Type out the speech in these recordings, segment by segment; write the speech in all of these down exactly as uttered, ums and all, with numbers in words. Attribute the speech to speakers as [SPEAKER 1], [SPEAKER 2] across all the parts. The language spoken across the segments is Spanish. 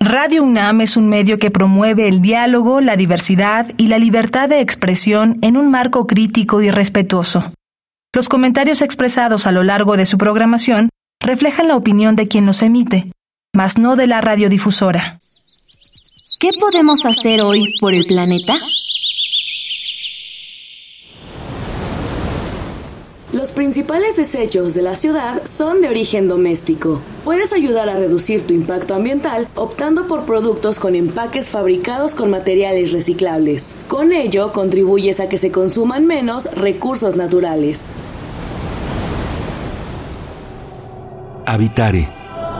[SPEAKER 1] Radio UNAM es un medio que promueve el diálogo, la diversidad y la libertad de expresión en un marco crítico y respetuoso. Los comentarios expresados a lo largo de su programación reflejan la opinión de quien los emite, mas no de la radiodifusora.
[SPEAKER 2] ¿Qué podemos hacer hoy por el planeta?
[SPEAKER 3] Los principales desechos de la ciudad son de origen doméstico. Puedes ayudar a reducir tu impacto ambiental optando por productos con empaques fabricados con materiales reciclables. Con ello, contribuyes a que se consuman menos recursos naturales.
[SPEAKER 4] Habitare.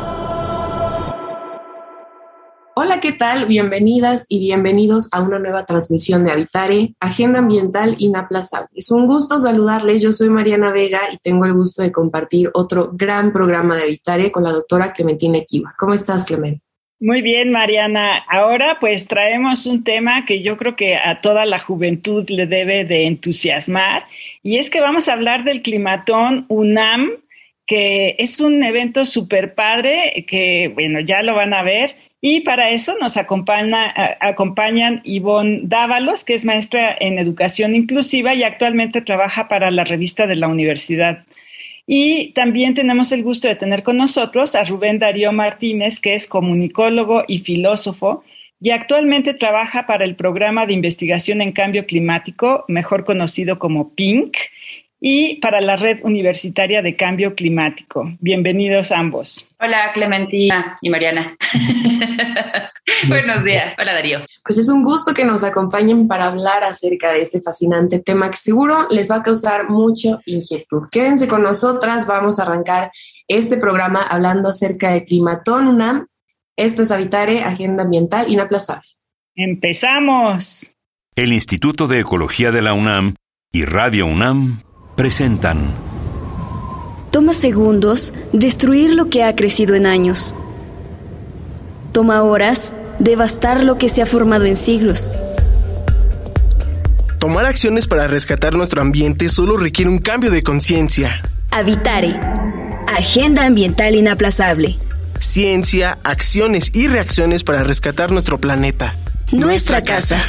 [SPEAKER 5] Hola, ¿qué tal? Bienvenidas y bienvenidos a una nueva transmisión de Habitare, Agenda Ambiental Inaplazable. Es un gusto saludarles, yo soy Mariana Vega y tengo el gusto de compartir otro gran programa de Habitare con la doctora Clementina Equiva. ¿Cómo estás, Clemen?
[SPEAKER 6] Muy bien, Mariana. Ahora pues traemos un tema que yo creo que a toda la juventud le debe de entusiasmar, y es que vamos a hablar del Climatón UNAM, que es un evento súper padre, que bueno, ya lo van a ver. Y para eso nos acompaña, acompañan Ivonne Dávalos, que es maestra en educación inclusiva y actualmente trabaja para la revista de la universidad. Y también tenemos el gusto de tener con nosotros a Rubén Darío Martínez, que es comunicólogo y filósofo y actualmente trabaja para el programa de investigación en cambio climático, mejor conocido como PINC, y para la Red Universitaria de Cambio Climático. Bienvenidos ambos.
[SPEAKER 7] Hola, Clementina y Mariana. Buenos días. Hola, Darío.
[SPEAKER 5] Pues es un gusto que nos acompañen para hablar acerca de este fascinante tema que seguro les va a causar mucha inquietud. Quédense con nosotras, vamos a arrancar este programa hablando acerca de Climatón UNAM. Esto es Habitare, Agenda Ambiental Inaplazable.
[SPEAKER 6] ¡Empezamos!
[SPEAKER 4] El Instituto de Ecología de la UNAM y Radio UNAM presentan.
[SPEAKER 2] Toma segundos destruir lo que ha crecido en años. Toma horas devastar lo que se ha formado en siglos.
[SPEAKER 8] Tomar acciones para rescatar nuestro ambiente solo requiere un cambio de conciencia.
[SPEAKER 2] Habitare. Agenda Ambiental Inaplazable.
[SPEAKER 8] Ciencia, acciones y reacciones para rescatar nuestro planeta.
[SPEAKER 2] Nuestra casa.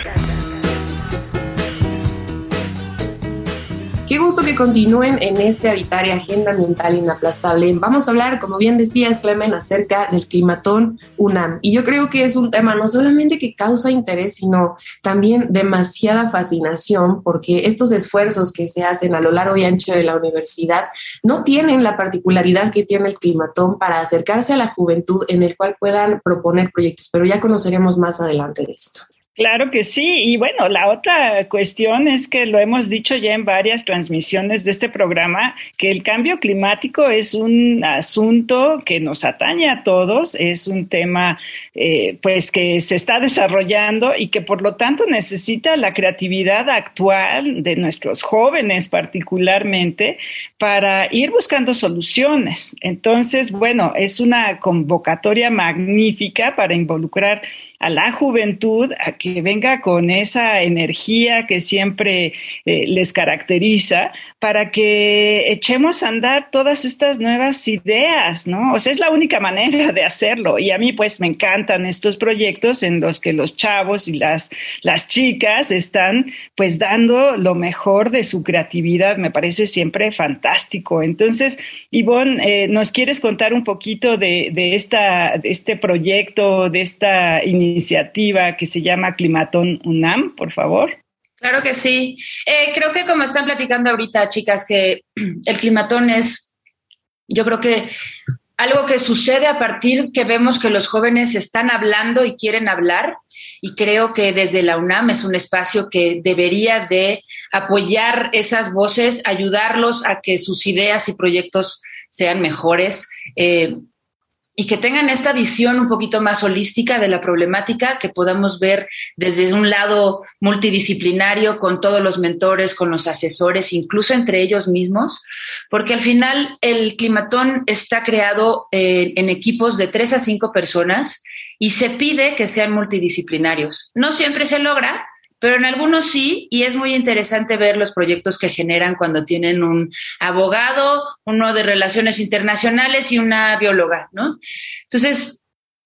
[SPEAKER 5] Qué gusto que continúen en este Habitare Agenda Ambiental Inaplazable. Vamos a hablar, como bien decías, Clemen, acerca del Climatón UNAM. Y yo creo que es un tema no solamente que causa interés, sino también demasiada fascinación, porque estos esfuerzos que se hacen a lo largo y ancho de la universidad no tienen la particularidad que tiene el Climatón para acercarse a la juventud en el cual puedan proponer proyectos. Pero ya conoceremos más adelante de esto.
[SPEAKER 6] Claro que sí, y bueno, la otra cuestión es que lo hemos dicho ya en varias transmisiones de este programa, que el cambio climático es un asunto que nos atañe a todos, es un tema eh, pues que se está desarrollando y que por lo tanto necesita la creatividad actual de nuestros jóvenes particularmente para ir buscando soluciones. Entonces, bueno, es una convocatoria magnífica para involucrar a la juventud a que venga con esa energía que siempre eh, les caracteriza para que echemos a andar todas estas nuevas ideas, ¿no? O sea, es la única manera de hacerlo, y a mí pues me encantan estos proyectos en los que los chavos y las, las chicas están pues dando lo mejor de su creatividad. Me parece siempre fantástico. Entonces, Ivonne, eh, ¿nos quieres contar un poquito de, de, esta, de este proyecto, de esta iniciativa iniciativa que se llama Climatón UNAM, por favor?
[SPEAKER 7] Claro que sí. Eh, creo que como están platicando ahorita, chicas, que el Climatón es, yo creo que algo que sucede a partir que vemos que los jóvenes están hablando y quieren hablar, y creo que desde la UNAM es un espacio que debería de apoyar esas voces, ayudarlos a que sus ideas y proyectos sean mejores, eh, y que tengan esta visión un poquito más holística de la problemática, que podamos ver desde un lado multidisciplinario con todos los mentores, con los asesores, incluso entre ellos mismos, porque al final el Climatón está creado eh, en equipos de tres a cinco personas y se pide que sean multidisciplinarios. No siempre se logra, pero en algunos sí, y es muy interesante ver los proyectos que generan cuando tienen un abogado, uno de relaciones internacionales y una bióloga, ¿no? Entonces,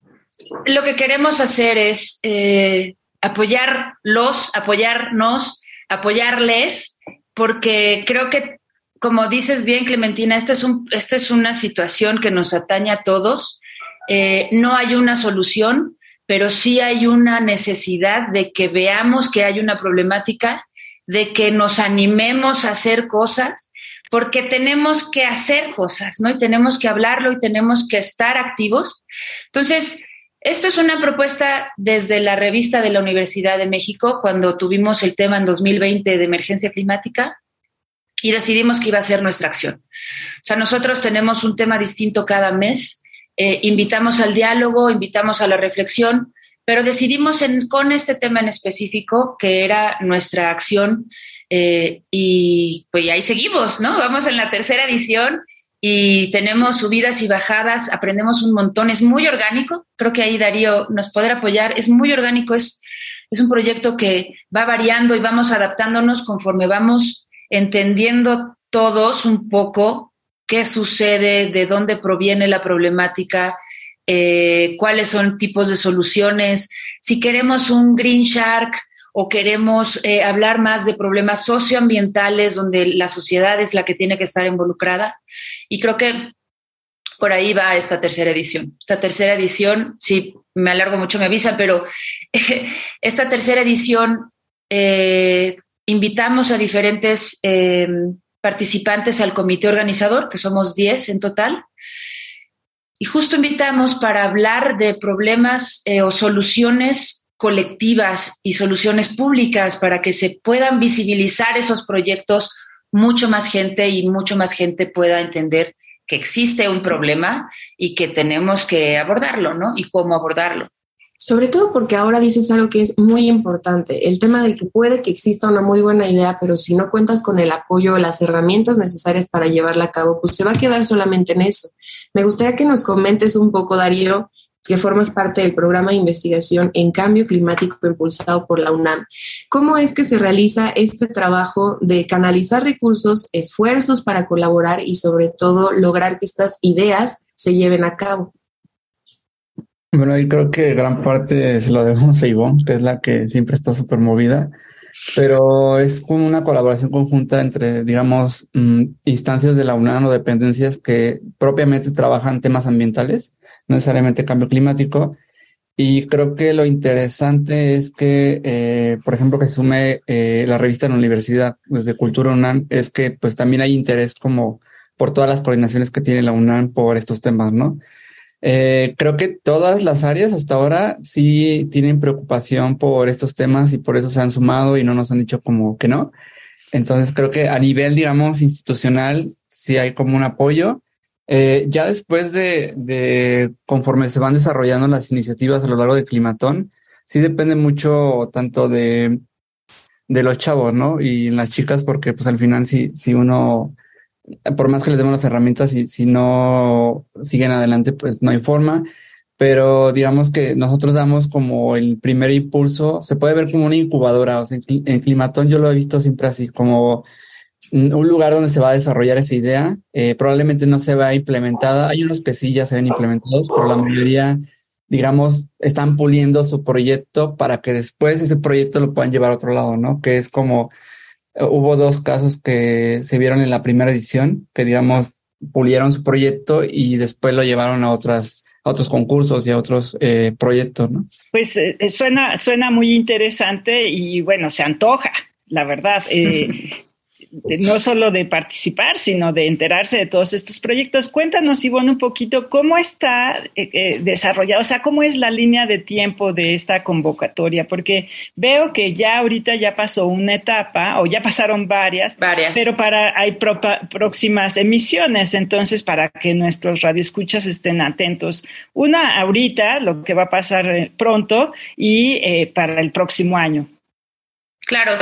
[SPEAKER 7] lo que queremos hacer es eh, apoyarlos, apoyarnos, apoyarles, porque creo que, como dices bien, Clementina, esta es, un, esta es una situación que nos atañe a todos. Eh, no hay una solución, pero sí hay una necesidad de que veamos que hay una problemática, de que nos animemos a hacer cosas, porque tenemos que hacer cosas, ¿no? Y tenemos que hablarlo y tenemos que estar activos. Entonces, esto es una propuesta desde la revista de la Universidad de México, cuando tuvimos el tema en dos mil veinte de emergencia climática, y decidimos que iba a ser nuestra acción. O sea, nosotros tenemos un tema distinto cada mes, eh, invitamos al diálogo, invitamos a la reflexión, pero decidimos en, con este tema en específico, que era nuestra acción, eh, y pues ahí seguimos, ¿no? Vamos en la tercera edición y tenemos subidas y bajadas, aprendemos un montón, es muy orgánico, creo que ahí Darío nos podrá apoyar, es muy orgánico, es, es un proyecto que va variando y vamos adaptándonos conforme vamos entendiendo todos un poco qué sucede, de dónde proviene la problemática, Eh, cuáles son tipos de soluciones, si queremos un Green Shark o queremos eh, hablar más de problemas socioambientales donde la sociedad es la que tiene que estar involucrada. Y creo que por ahí va esta tercera edición. Esta tercera edición, sí, me alargo mucho, me avisa, pero eh, esta tercera edición eh, invitamos a diferentes eh, participantes al comité organizador, que somos diez en total. Y justo invitamos para hablar de problemas eh, o soluciones colectivas y soluciones públicas para que se puedan visibilizar esos proyectos, mucho más gente y mucho más gente pueda entender que existe un problema y que tenemos que abordarlo, ¿no? Y cómo abordarlo.
[SPEAKER 5] Sobre todo porque ahora dices algo que es muy importante, el tema de que puede que exista una muy buena idea, pero si no cuentas con el apoyo o las herramientas necesarias para llevarla a cabo, pues se va a quedar solamente en eso. Me gustaría que nos comentes un poco, Darío, que formas parte del programa de investigación en cambio climático impulsado por la UNAM. ¿Cómo es que se realiza este trabajo de canalizar recursos, esfuerzos para colaborar y sobre todo lograr que estas ideas se lleven a cabo?
[SPEAKER 9] Bueno, y creo que gran parte se lo debemos a Ivonne, que es la que siempre está súper movida, pero es como una colaboración conjunta entre, digamos, instancias de la UNAM o dependencias que propiamente trabajan temas ambientales, no necesariamente cambio climático. Y creo que lo interesante es que, eh, por ejemplo, que se sume eh, la revista de la universidad desde Cultura UNAM, es que pues también hay interés como por todas las coordinaciones que tiene la UNAM por estos temas, ¿no? Eh, creo que todas las áreas hasta ahora sí tienen preocupación por estos temas y por eso se han sumado y no nos han dicho como que no. Entonces creo que a nivel, digamos, institucional sí hay como un apoyo. Eh, ya después de, de conforme se van desarrollando las iniciativas a lo largo del Climatón, sí depende mucho tanto de, de los chavos, ¿no? Y las chicas, porque pues al final si, si uno... por más que les demos las herramientas, si, si no siguen adelante, pues no hay forma. Pero digamos que nosotros damos como el primer impulso, se puede ver como una incubadora. O sea, en, en Climatón yo lo he visto siempre así, como un lugar donde se va a desarrollar esa idea. Eh, probablemente no se vea implementada. Hay unos que sí ya se ven implementados, pero la mayoría, digamos, están puliendo su proyecto para que después ese proyecto lo puedan llevar a otro lado, ¿no? Que es como... Hubo dos casos que se vieron en la primera edición, que digamos pulieron su proyecto y después lo llevaron a otras a otros concursos y a otros eh, proyectos, ¿no?
[SPEAKER 6] Pues eh, suena suena muy interesante y bueno, se antoja, la verdad. Eh, no solo de participar, sino de enterarse de todos estos proyectos. Cuéntanos, Ivonne, un poquito cómo está eh, eh, desarrollado, o sea, cómo es la línea de tiempo de esta convocatoria, porque veo que ya ahorita ya pasó una etapa, o ya pasaron varias,
[SPEAKER 7] varias.
[SPEAKER 6] pero para hay pro, próximas emisiones, entonces para que nuestros radioescuchas estén atentos. Una ahorita, lo que va a pasar pronto, y eh, para el próximo año.
[SPEAKER 7] Claro.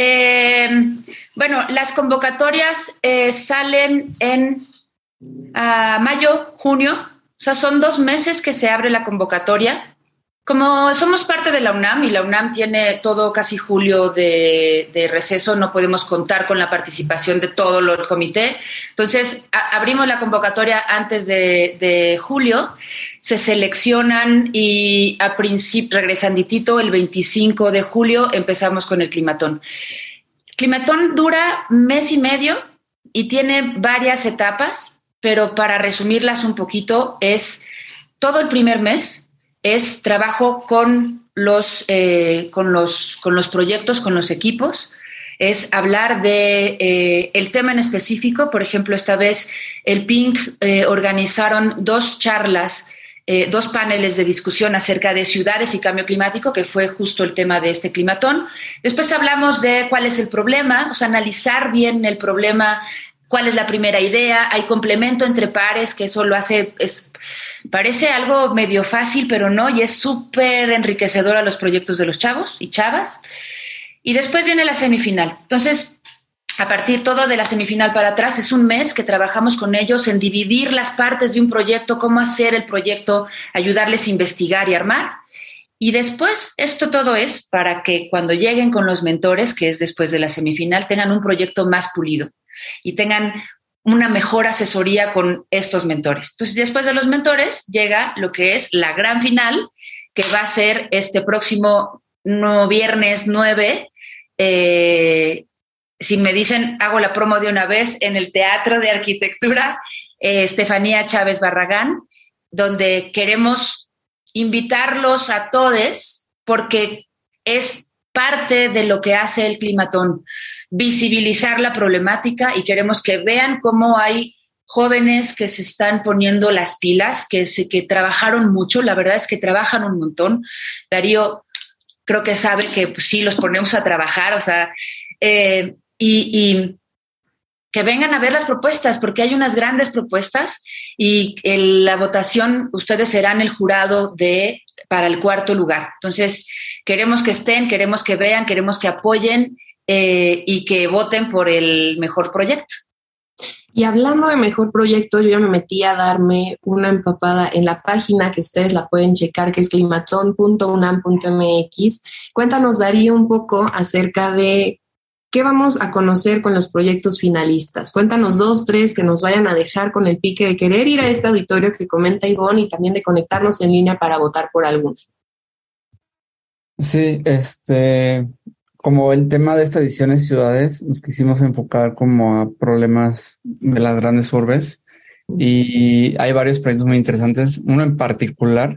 [SPEAKER 7] Eh, bueno, las convocatorias eh, salen en uh, mayo, junio, o sea, son dos meses que se abre la convocatoria. Como somos parte de la UNAM y la UNAM tiene todo casi julio de, de receso, no podemos contar con la participación de todo lo, el comité. Entonces, a, abrimos la convocatoria antes de, de julio, se seleccionan y a principio, regresanditito, el veinticinco de julio empezamos con el Climatón. Climatón dura mes y medio y tiene varias etapas, pero para resumirlas un poquito, es todo el primer mes, es trabajo con los, eh, con los, con los proyectos, con los equipos, es hablar de eh, el tema en específico. Por ejemplo, esta vez el P I N C eh, organizaron dos charlas, eh, dos paneles de discusión acerca de ciudades y cambio climático, que fue justo el tema de este climatón. Después hablamos de cuál es el problema, o sea, analizar bien el problema, cuál es la primera idea, hay complemento entre pares, que eso lo hace... Es, parece algo medio fácil, pero no, y es súper enriquecedor a los proyectos de los chavos y chavas. Y después viene la semifinal. Entonces, a partir todo de la semifinal para atrás, es un mes que trabajamos con ellos en dividir las partes de un proyecto, cómo hacer el proyecto, ayudarles a investigar y armar. Y después, esto todo es para que cuando lleguen con los mentores, que es después de la semifinal, tengan un proyecto más pulido y tengan una mejor asesoría con estos mentores. Entonces, después de los mentores, llega lo que es la gran final, que va a ser este próximo no, viernes nueve. Eh, si me dicen, hago la promo de una vez, en el Teatro de Arquitectura, eh, Estefanía Chávez Barragán, donde queremos invitarlos a todos, porque es parte de lo que hace el Climatón, visibilizar la problemática, y queremos que vean cómo hay jóvenes que se están poniendo las pilas, que, se, que trabajaron mucho. La verdad es que trabajan un montón. Darío creo que sabe que pues, sí, los ponemos a trabajar, o sea, eh, y, y que vengan a ver las propuestas, porque hay unas grandes propuestas, y el, la votación, ustedes serán el jurado de para el cuarto lugar. Entonces, queremos que estén, queremos que vean, queremos que apoyen, Eh, y que voten por el mejor proyecto.
[SPEAKER 5] Y hablando de mejor proyecto, yo ya me metí a darme una empapada en la página, que ustedes la pueden checar, que es climatón punto unam punto m x. Cuéntanos, Darío, un poco acerca de qué vamos a conocer con los proyectos finalistas. Cuéntanos dos, tres que nos vayan a dejar con el pique de querer ir a este auditorio que comenta Ivonne, y también de conectarnos en línea para votar por alguno.
[SPEAKER 9] Sí, este... como el tema de esta edición es ciudades, nos quisimos enfocar como a problemas de las grandes urbes, y hay varios proyectos muy interesantes. Uno en particular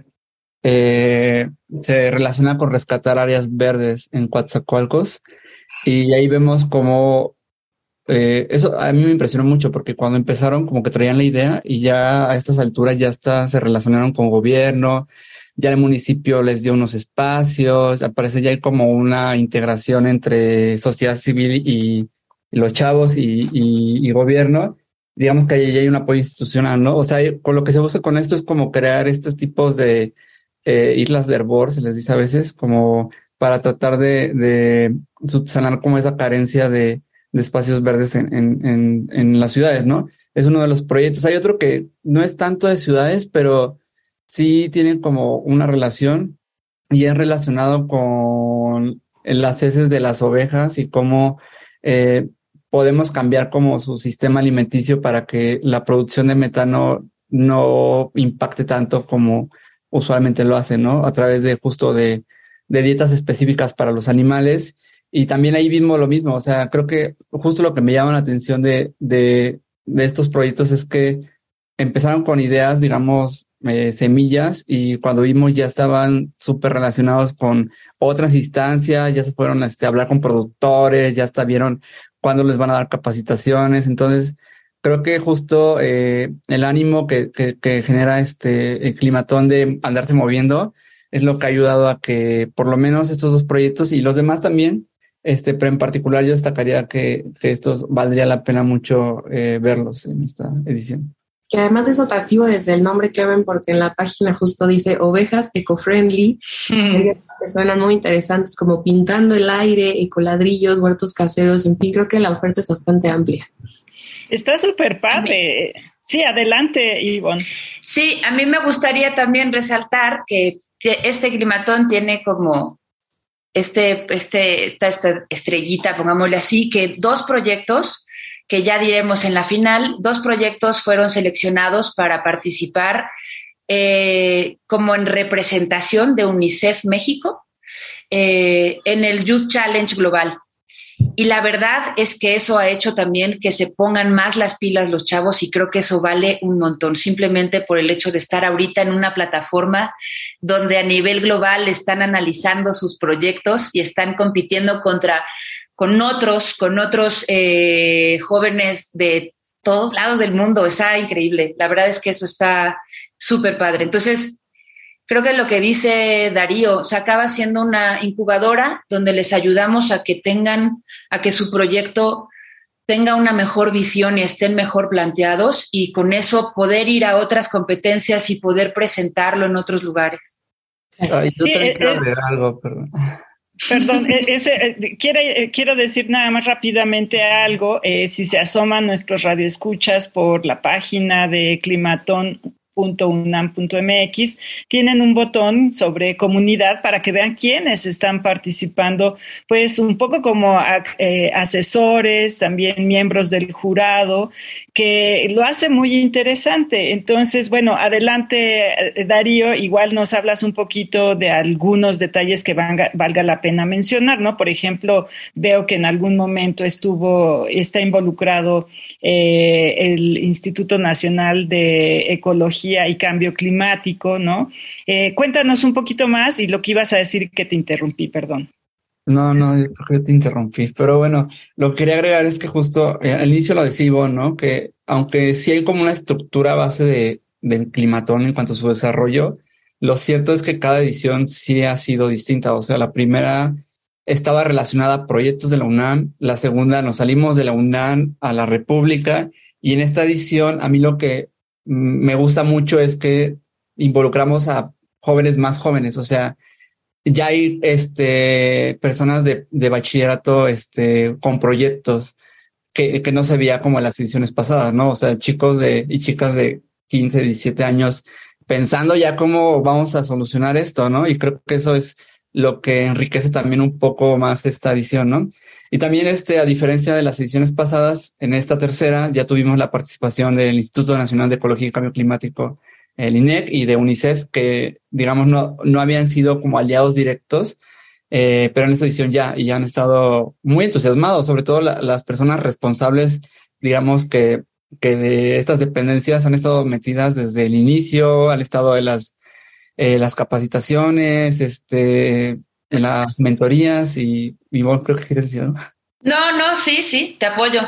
[SPEAKER 9] eh, se relaciona con rescatar áreas verdes en Coatzacoalcos, y ahí vemos cómo eh, eso a mí me impresionó mucho, porque cuando empezaron como que traían la idea, y ya a estas alturas ya está, se relacionaron con gobierno. Ya el municipio les dio unos espacios, aparece ya hay como una integración entre sociedad civil y, y los chavos y, y, y gobierno. Digamos que ahí ya hay un apoyo institucional, ¿no? O sea, con lo que se busca con esto es como crear estos tipos de eh, islas de hervor, se les dice a veces, como para tratar de, de subsanar como esa carencia de, de espacios verdes en, en, en, en las ciudades, ¿no? Es uno de los proyectos. Hay otro que no es tanto de ciudades, pero sí tienen como una relación, y es relacionado con las heces de las ovejas y cómo eh, podemos cambiar como su sistema alimenticio para que la producción de metano no impacte tanto como usualmente lo hace, ¿no? A través de justo de, de dietas específicas para los animales. Y también ahí mismo lo mismo, o sea, creo que justo lo que me llama la atención de, de, de estos proyectos es que empezaron con ideas, digamos, Eh, semillas, y cuando vimos ya estaban súper relacionados con otras instancias, ya se fueron este, a hablar con productores, ya hasta vieron cuándo les van a dar capacitaciones. Entonces creo que justo eh, el ánimo que, que, que genera este el climatón de andarse moviendo es lo que ha ayudado a que por lo menos estos dos proyectos y los demás también, este, pero en particular yo destacaría que, que estos valdría la pena mucho eh, verlos en esta edición.
[SPEAKER 5] Que además es atractivo desde el nombre que ven, porque en la página justo dice ovejas eco-friendly, mm. que suenan muy interesantes, como pintando el aire, ecoladrillos, huertos caseros, en fin, creo que la oferta es bastante amplia.
[SPEAKER 6] Está súper padre. Sí, adelante, Ivonne.
[SPEAKER 7] Sí, a mí me gustaría también resaltar que, que este climatón tiene como este, este, esta, esta estrellita, pongámosle así, que dos proyectos que ya diremos en la final, dos proyectos fueron seleccionados para participar eh, como en representación de UNICEF México eh, en el Youth Challenge Global. Y la verdad es que eso ha hecho también que se pongan más las pilas los chavos y creo que eso vale un montón, simplemente por el hecho de estar ahorita en una plataforma donde a nivel global están analizando sus proyectos y están compitiendo contra, con otros, con otros eh, jóvenes de todos lados del mundo. Está increíble. La verdad es que eso está súper padre. Entonces, creo que lo que dice Darío, se acaba siendo una incubadora donde les ayudamos a que tengan, a que su proyecto tenga una mejor visión y estén mejor planteados y con eso poder ir a otras competencias y poder presentarlo en otros lugares.
[SPEAKER 9] Ay, yo
[SPEAKER 6] Sí,
[SPEAKER 9] también
[SPEAKER 6] eh,
[SPEAKER 9] quiero
[SPEAKER 6] eh,
[SPEAKER 9] agregar algo, perdón.
[SPEAKER 6] Perdón, eh, ese, eh, quiero, eh, quiero decir nada más rápidamente algo. Eh, si se asoman nuestros radioescuchas por la página de climatón punto unam punto mx, tienen un botón sobre comunidad para que vean quiénes están participando, pues un poco como eh, asesores, también miembros del jurado, que lo hace muy interesante. Entonces, bueno, adelante, Darío, igual nos hablas un poquito de algunos detalles que valga, valga la pena mencionar, ¿no? Por ejemplo, veo que en algún momento estuvo, está involucrado eh, el Instituto Nacional de Ecología y Cambio Climático, ¿no? Eh, cuéntanos un poquito más y lo que ibas a decir que te interrumpí, perdón.
[SPEAKER 9] No, no, yo creo que te interrumpí, pero bueno, lo que quería agregar es que justo eh, al inicio lo decía Ivonne, ¿no? Que aunque sí hay como una estructura base de, del climatón en cuanto a su desarrollo, lo cierto es que cada edición sí ha sido distinta. O sea, la primera estaba relacionada a proyectos de la UNAM, la segunda nos salimos de la UNAM a la República y en esta edición a mí lo que me gusta mucho es que involucramos a jóvenes más jóvenes, o sea, ya hay este, personas de, de bachillerato este, con proyectos que, que no se veía como en las ediciones pasadas, ¿no? O sea, chicos de, y chicas de quince, diecisiete años pensando ya cómo vamos a solucionar esto, ¿no? Y creo que eso es lo que enriquece también un poco más esta edición, ¿no? Y también, este, a diferencia de las ediciones pasadas, en esta tercera ya tuvimos la participación del Instituto Nacional de Ecología y Cambio Climático, el I N E C, y de UNICEF, que, digamos, no, no habían sido como aliados directos, eh, pero en esta edición ya, y ya han estado muy entusiasmados, sobre todo la, las personas responsables, digamos, que, que de estas dependencias han estado metidas desde el inicio, al estado de las, eh, las capacitaciones, este... en las mentorías y, y vos creo que quieres decir algo.
[SPEAKER 7] No, no, sí, sí, te apoyo.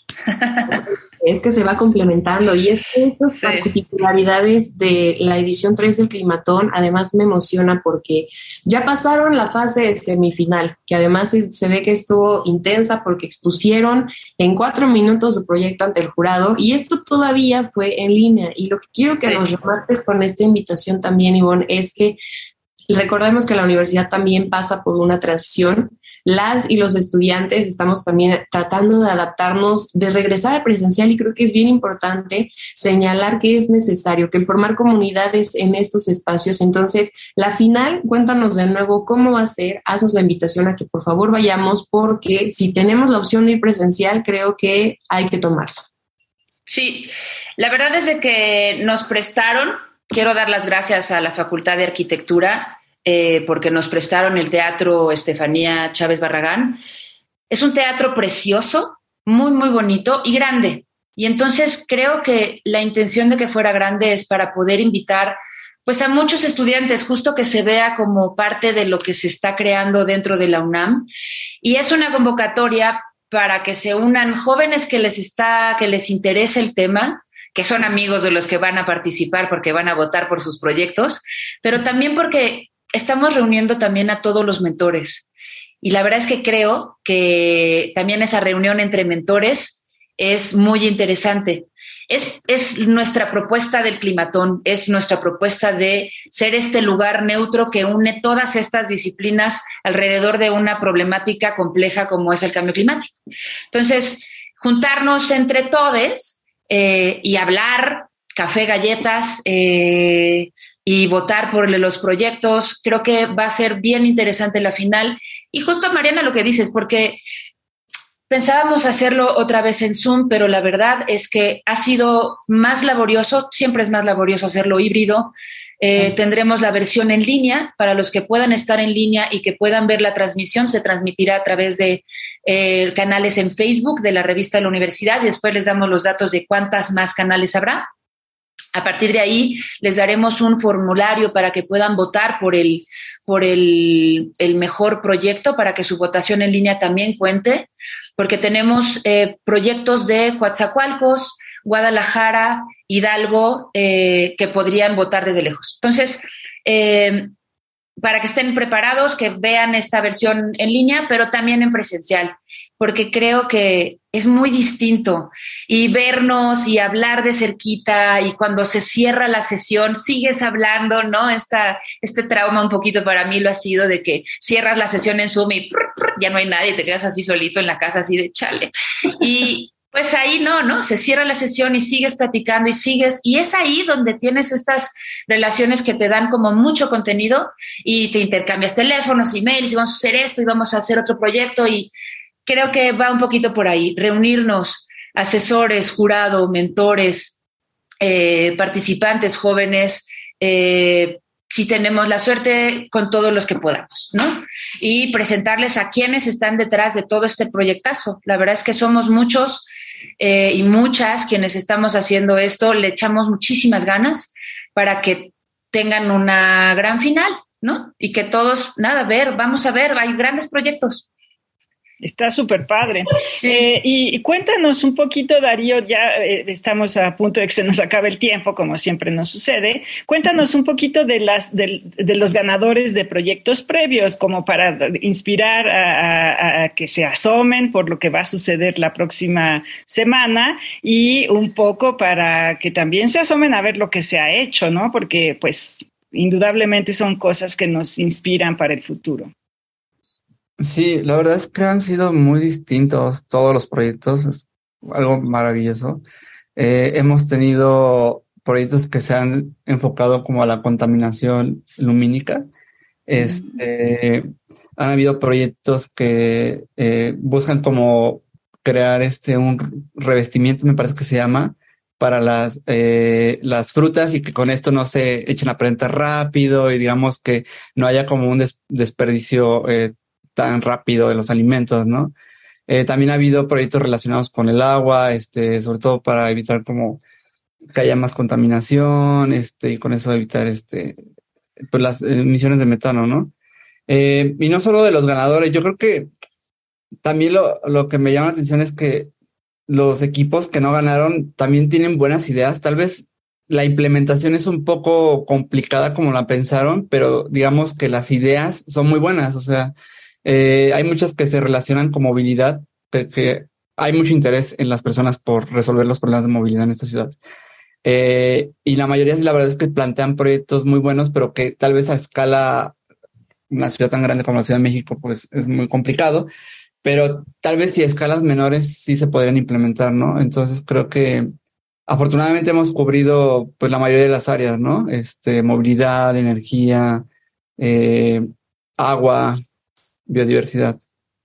[SPEAKER 5] Es que se va complementando y es que estas
[SPEAKER 7] Sí.
[SPEAKER 5] particularidades de la edición tres del Climatón además me emociona porque ya pasaron la fase de semifinal, que además se ve que estuvo intensa porque expusieron en cuatro minutos su proyecto ante el jurado y esto todavía fue en línea y lo que quiero que
[SPEAKER 7] Sí.
[SPEAKER 5] nos remarques con esta invitación también, Ivonne, es que recordemos que la universidad también pasa por una transición. Las y los estudiantes estamos también tratando de adaptarnos, de regresar al presencial y creo que es bien importante señalar que es necesario, que el formar comunidades en estos espacios. Entonces, la final, cuéntanos de nuevo cómo va a ser, haznos la invitación a que por favor vayamos porque si tenemos la opción de ir presencial, creo que hay que tomarla.
[SPEAKER 7] Sí, la verdad es de que nos prestaron, quiero dar las gracias a la Facultad de Arquitectura eh, porque nos prestaron el Teatro Estefanía Chávez Barragán. Es un teatro precioso, muy, muy bonito y grande. Y entonces creo que la intención de que fuera grande es para poder invitar pues a muchos estudiantes, justo que se vea como parte de lo que se está creando dentro de la UNAM. Y es una convocatoria para que se unan jóvenes que les está, que les interesa el tema, que son amigos de los que van a participar porque van a votar por sus proyectos, pero también porque estamos reuniendo también a todos los mentores. Y la verdad es que creo que también esa reunión entre mentores es muy interesante. Es, es nuestra propuesta del Climatón, es nuestra propuesta de ser este lugar neutro que une todas estas disciplinas alrededor de una problemática compleja como es el cambio climático. Entonces, juntarnos entre todos eh, y hablar, café, galletas, eh, y votar por los proyectos. Creo que va a ser bien interesante la final. Y justo, Mariana, lo que dices, porque pensábamos hacerlo otra vez en Zoom, pero la verdad es que ha sido más laborioso, siempre es más laborioso hacerlo híbrido. Eh, uh-huh. Tendremos la versión en línea para los que puedan estar en línea y que puedan ver la transmisión. Se transmitirá a través de eh, canales en Facebook de la revista de la universidad y después les damos los datos de cuántas más canales habrá. A partir de ahí les daremos un formulario para que puedan votar por el, por el, el mejor proyecto, para que su votación en línea también cuente, porque tenemos eh, proyectos de Coatzacoalcos, Guadalajara, Hidalgo, eh, que podrían votar desde lejos. Entonces, eh, para que estén preparados, que vean esta versión en línea, pero también en presencial, porque creo que es muy distinto y vernos y hablar de cerquita, y cuando se cierra la sesión sigues hablando, ¿no? Esta, este trauma un poquito para mí lo ha sido de que cierras la sesión en Zoom y prr, prr, ya no hay nadie, te quedas así solito en la casa, así de chale. Y pues ahí no, ¿no? Se cierra la sesión y sigues platicando y sigues, y es ahí donde tienes estas relaciones que te dan como mucho contenido y te intercambias teléfonos, emails, y vamos a hacer esto y vamos a hacer otro proyecto, y creo que va un poquito por ahí, reunirnos, asesores, jurado, mentores, eh, participantes jóvenes, eh, si tenemos la suerte, con todos los que podamos, ¿no? Y presentarles a quienes están detrás de todo este proyectazo. La verdad es que somos muchos eh, y muchas quienes estamos haciendo esto, le echamos muchísimas ganas para que tengan una gran final, ¿no? Y que todos, nada, ver, vamos a ver, hay grandes proyectos.
[SPEAKER 6] Está súper padre.
[SPEAKER 7] Sí.
[SPEAKER 6] Eh, y, y cuéntanos un poquito, Darío, ya eh, estamos a punto de que se nos acabe el tiempo, como siempre nos sucede. Cuéntanos un poquito de las de, de los ganadores de proyectos previos, como para inspirar a, a, a que se asomen por lo que va a suceder la próxima semana, y un poco para que también se asomen a ver lo que se ha hecho, ¿no? Porque, pues, indudablemente son cosas que nos inspiran para el futuro.
[SPEAKER 9] Sí, la verdad es que han sido muy distintos todos los proyectos, es algo maravilloso. Eh, hemos tenido proyectos que se han enfocado como a la contaminación lumínica. Este, mm. Han habido proyectos que eh, buscan como crear este un revestimiento, me parece que se llama, para las, eh, las frutas, y que con esto no se echen a prenda rápido y digamos que no haya como un des- desperdicio eh, tan rápido de los alimentos, ¿no? Eh, también ha habido proyectos relacionados con el agua, este, sobre todo para evitar como que haya más contaminación, este, y con eso evitar este, pues las emisiones de metano, ¿no? Eh, y no solo de los ganadores, yo creo que también lo, lo que me llama la atención es que los equipos que no ganaron también tienen buenas ideas. Tal vez la implementación es un poco complicada como la pensaron, pero digamos que las ideas son muy buenas, o sea, Eh, hay muchas que se relacionan con movilidad, que, que hay mucho interés en las personas por resolver los problemas de movilidad en esta ciudad. Eh, y la mayoría, la verdad es que plantean proyectos muy buenos, pero que tal vez a escala, una ciudad tan grande como la Ciudad de México, pues es muy complicado, pero tal vez si a escalas menores sí se podrían implementar, ¿no? Entonces creo que afortunadamente hemos cubrido pues la mayoría de las áreas, ¿no? Este, movilidad, energía, eh, agua, biodiversidad.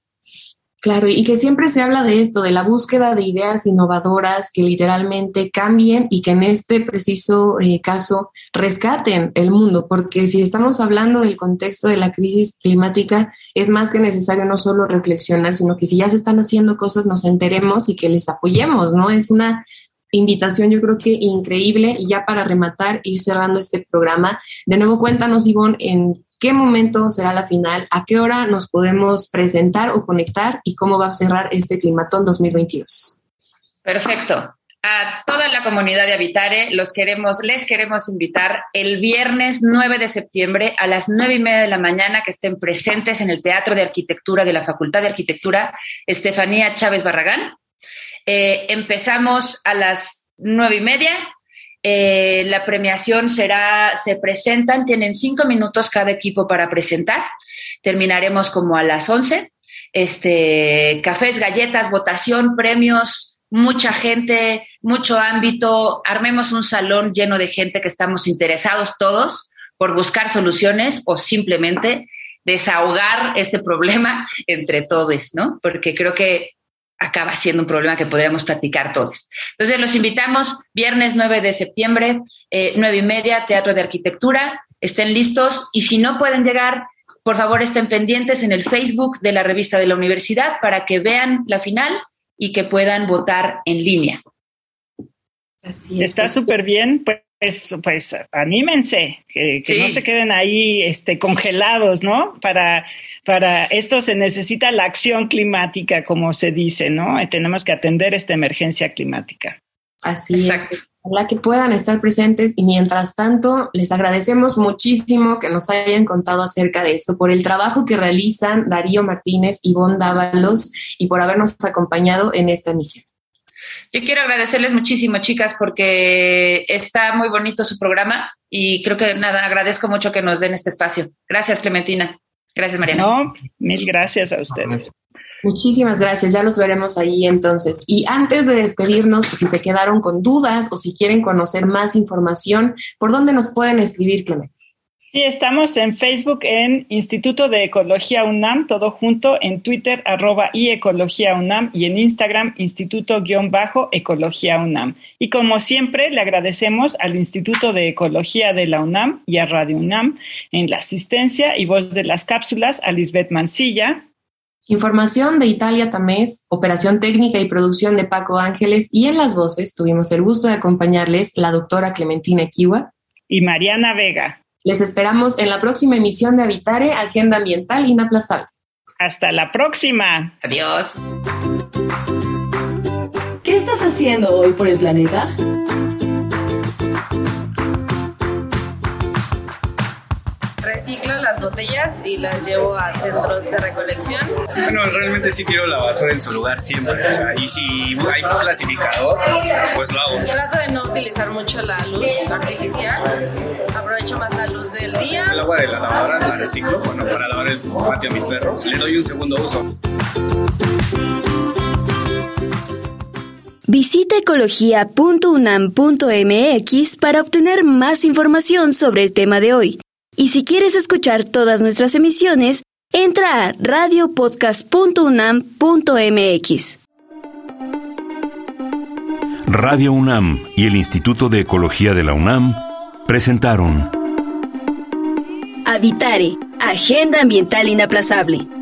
[SPEAKER 5] Claro, y que siempre se habla de esto, de la búsqueda de ideas innovadoras que literalmente cambien y que en este preciso eh, caso rescaten el mundo, porque si estamos hablando del contexto de la crisis climática, es más que necesario no solo reflexionar, sino que si ya se están haciendo cosas, nos enteremos y que les apoyemos, ¿no? Es una invitación, yo creo que increíble. Y ya para rematar, ir cerrando este programa, de nuevo cuéntanos, Ivonne, en qué momento será la final, a qué hora nos podemos presentar o conectar y cómo va a cerrar este Climatón dos mil veintidós.
[SPEAKER 7] Perfecto. A toda la comunidad de Habitare los queremos, les queremos invitar el viernes nueve de septiembre a las nueve y media de la mañana, que estén presentes en el Teatro de Arquitectura de la Facultad de Arquitectura Estefanía Chávez Barragán. Eh, empezamos a las nueve y media. Eh, la premiación será, se presentan, tienen cinco minutos cada equipo para presentar. Terminaremos como a las once. Este, cafés, galletas, votación, premios, mucha gente, mucho ámbito, armemos un salón lleno de gente que estamos interesados todos por buscar soluciones o simplemente desahogar este problema entre todos, ¿no? Porque creo que acaba siendo un problema que podríamos platicar todos. Entonces, los invitamos viernes nueve de septiembre, eh, nueve y media, Teatro de Arquitectura. Estén listos y si no pueden llegar, por favor, estén pendientes en el Facebook de la revista de la universidad para que vean la final y que puedan votar en línea.
[SPEAKER 6] Así es. Está súper bien, pues, pues anímense, que, que sí. no se queden ahí este, congelados, ¿no? Para, para esto se necesita la acción climática, como se dice, ¿no? Tenemos que atender esta emergencia climática.
[SPEAKER 5] Así Exacto. es. Ojalá que puedan estar presentes y mientras tanto les agradecemos muchísimo que nos hayan contado acerca de esto, por el trabajo que realizan Darío Martínez y Ivonne Dávalos y por habernos acompañado en esta emisión.
[SPEAKER 7] Yo quiero agradecerles muchísimo, chicas, porque está muy bonito su programa y creo que nada, agradezco mucho que nos den este espacio. Gracias, Clementina. Gracias, Mariana.
[SPEAKER 6] No, mil gracias a ustedes.
[SPEAKER 5] Muchísimas gracias, ya los veremos ahí entonces. Y antes de despedirnos, si se quedaron con dudas o si quieren conocer más información, ¿por dónde nos pueden escribir, Clemente?
[SPEAKER 6] Sí, estamos en Facebook en Instituto de Ecología UNAM, todo junto, en Twitter, arroba y Ecología UNAM y en Instagram, Instituto-Ecología UNAM. Y como siempre, le agradecemos al Instituto de Ecología de la UNAM y a Radio UNAM en la asistencia y voz de las cápsulas a Lisbeth Mancilla.
[SPEAKER 5] Información de Italia Tamés, operación técnica y producción de Paco Ángeles y en las voces tuvimos el gusto de acompañarles la doctora Clementina Equiwa
[SPEAKER 6] y Mariana Vega.
[SPEAKER 5] Les esperamos en la próxima emisión de Habitare, Agenda Ambiental Inaplazable.
[SPEAKER 6] Hasta la próxima.
[SPEAKER 7] Adiós.
[SPEAKER 3] ¿Qué estás haciendo hoy por el planeta?
[SPEAKER 10] Reciclo las botellas y las llevo a centros de recolección.
[SPEAKER 11] Bueno, realmente sí tiro la basura en su lugar siempre, o sea, y si hay un clasificador, pues lo hago.
[SPEAKER 10] Trato de no utilizar mucho la luz artificial, aprovecho más la luz del día.
[SPEAKER 11] El agua de la lavadora la reciclo, bueno, para lavar el patio a mis perros, le doy un segundo uso.
[SPEAKER 2] Visita ecología punto unam punto m x para obtener más información sobre el tema de hoy. Y si quieres escuchar todas nuestras emisiones, entra a radio podcast punto unam punto m x.
[SPEAKER 4] Radio UNAM y el Instituto de Ecología de la UNAM presentaron
[SPEAKER 2] Habitare, Agenda Ambiental Inaplazable.